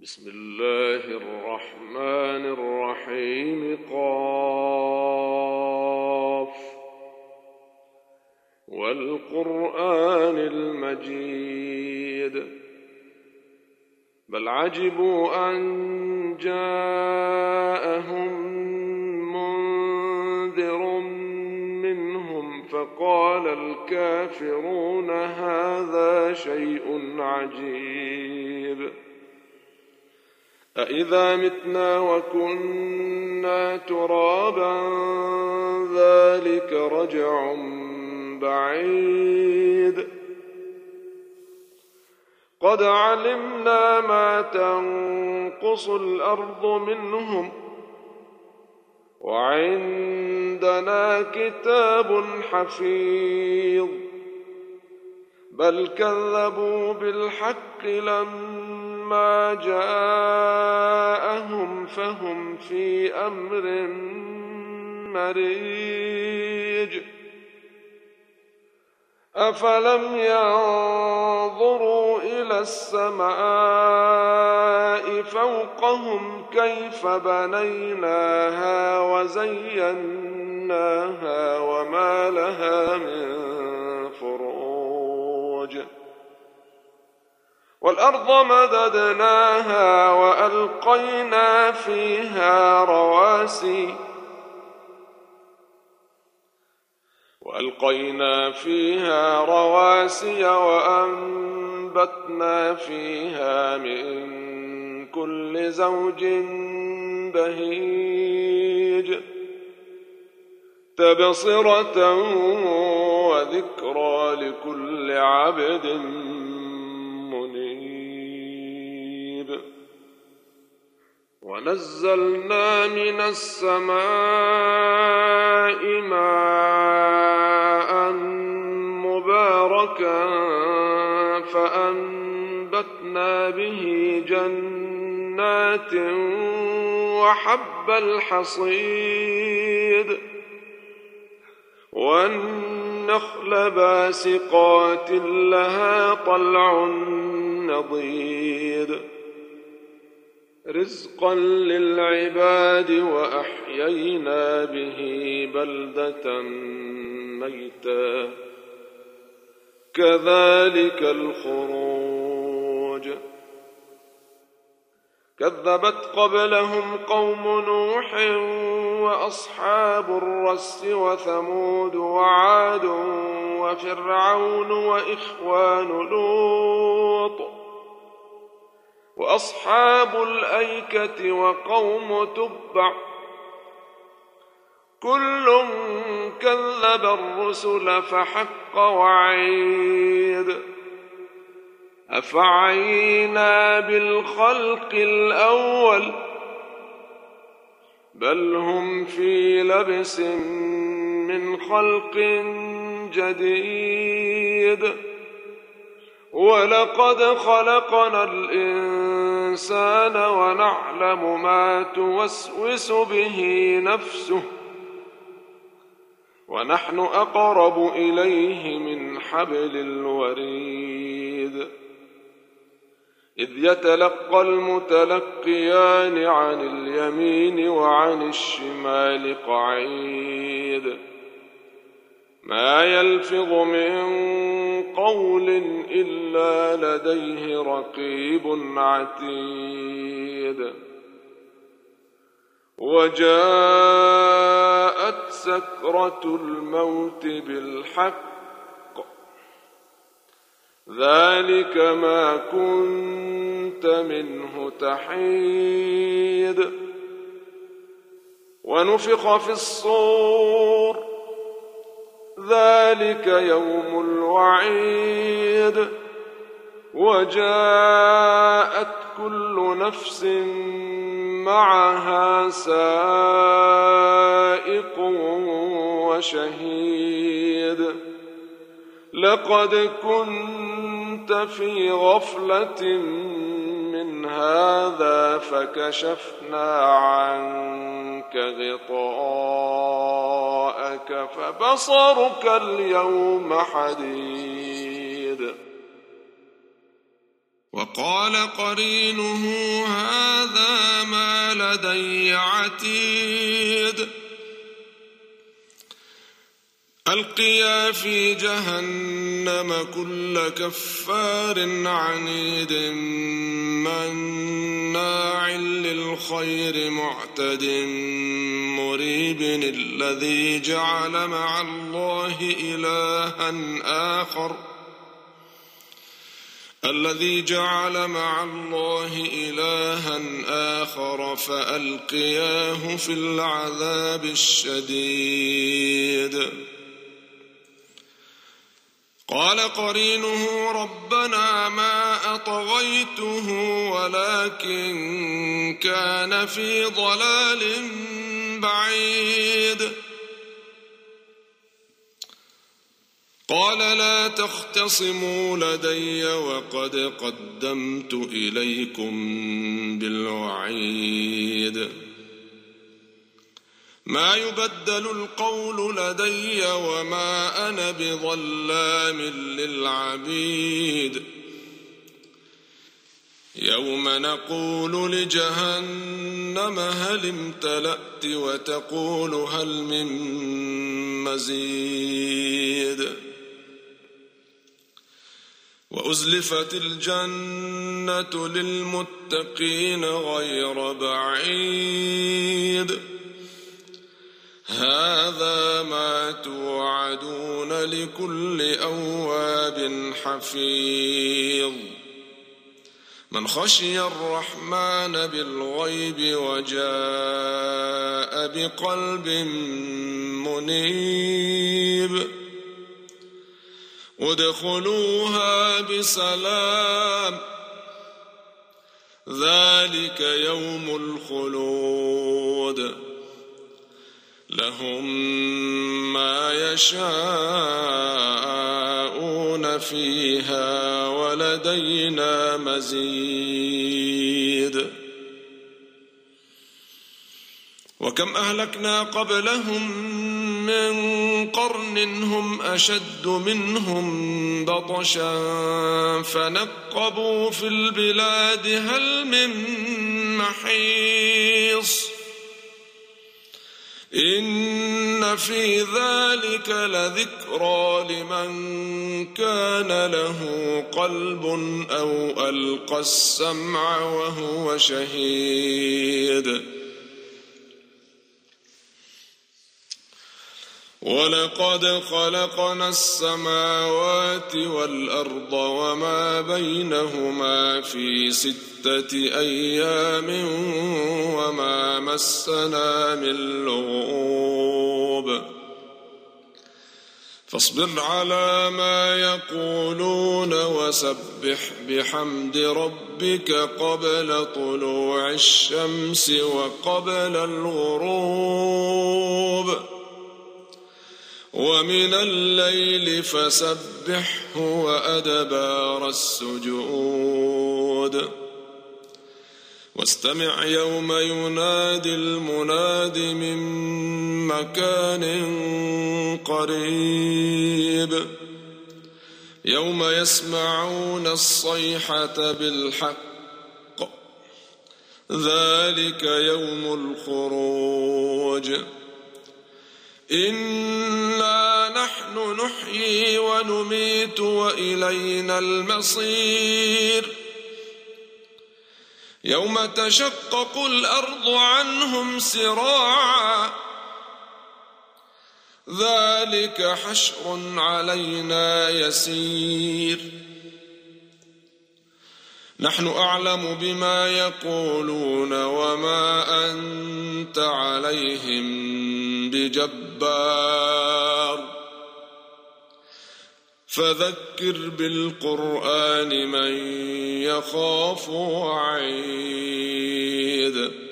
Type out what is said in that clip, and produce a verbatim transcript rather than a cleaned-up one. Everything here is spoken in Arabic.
بسم الله الرحمن الرحيم. قاف والقرآن المجيد. بل عجبوا أن جاءهم منذر منهم فقال الكافرون هذا شيء عجيب. أإذا متنا وكنا ترابا ذلك رجع بعيد. قد علمنا ما تنقص الأرض منهم وعندنا كتاب حفيظ. بل كذبوا بالحق لما جاءهم فهم في أمر مريج. أفلم ينظروا إلى السماء فوقهم كيف بنيناها وزيناها وما لها من فروج. والأرض مددناها وألقينا فيها رواسي وألقينا فيها رواسي وأنبتنا فيها من كل زوج بهيج تبصرة وذكرى لكل عبد منيب. ونزلنا من السماء ماء مباركا فأنبتنا به جنات وحب الحصيد والنخل باسقات لها طلع نضيد رزقا للعباد وأحيينا به بلدة ميتا كذلك الخروج. كذبت قبلهم قوم نوح وأصحاب الرس وثمود وعاد وفرعون وإخوان لوط وأصحاب الأيكة وقوم تبع كل كذب الرسل فحق وعيد. أفعينا بالخلق الأول بل هم في لبس من خلق جديد. ولقد خلقنا الإنسان ونعلم ما توسوس به نفسه ونحن أقرب إليه من حبل الوريد. إذ يتلقى المتلقيان عن اليمين وعن الشمال قعيد. ما يلفظ من قول إلا لديه رقيب عتيد. وجاءت سكرة الموت بالحق ذلك ما كنت منه تحيد. ونفخ في الصور ذلك يوم الوعيد. وجاءت كل نفس معها سائق وشهيد. لقد كنت في غفلة من هذا فكشفنا عنك غطاءك فبصرك اليوم حديد. وقال قال قرينه هذا ما لدي عتيد ألقيا في جهنم كل كفار عنيد مناع للخير معتد مريب الذي جعل مع الله إلها آخر الذي جعل مع الله إلها آخر فألقياه في العذاب الشديد قال قرينه ربنا ما أطغيته ولكن كان في ضلال بعيد قال لا تختصموا لدي وقد قدمت إليكم بالوعيد ما يبدل القول لدي وما أنا بظلام للعبيد يوم نقول لجهنم هل امتلأت وتقول هل من مزيد وأزلفت الجنة للمتقين غير بعيد هذا ما توعدون لكل أواب حفيظ من خشي الرحمن بالغيب وجاء بقلب منيب ادخلوها بسلام ذلك يوم الخلود لهم ما يشاءون فيها ولدينا مزيد وكم أهلكنا قبلهم من قرن هم أشد منهم بطشا فنقبوا في البلاد هل من محيص إن في ذلك لذكرى لمن كان له قلب أو ألقى السمع وهو شهيد ولقد خلقنا السماوات والأرض وما بينهما في ستة أيام وما مسنا من لغوب فاصبر على ما يقولون وسبح بحمد ربك قبل طلوع الشمس وقبل الغروب ومن الليل فسبحه وأدبار السجود واستمع يوم ينادي المناد من مكان قريب يوم يسمعون الصيحة بالحق ذلك يوم الخروج إنا نحن نحيي ونميت وإلينا المصير يوم تشقق الأرض عنهم سراعا ذلك حشر علينا يسير نحن أعلم بما يقولون وما أنت عليهم بجبار فذكر بالقرآن من يخاف وعيد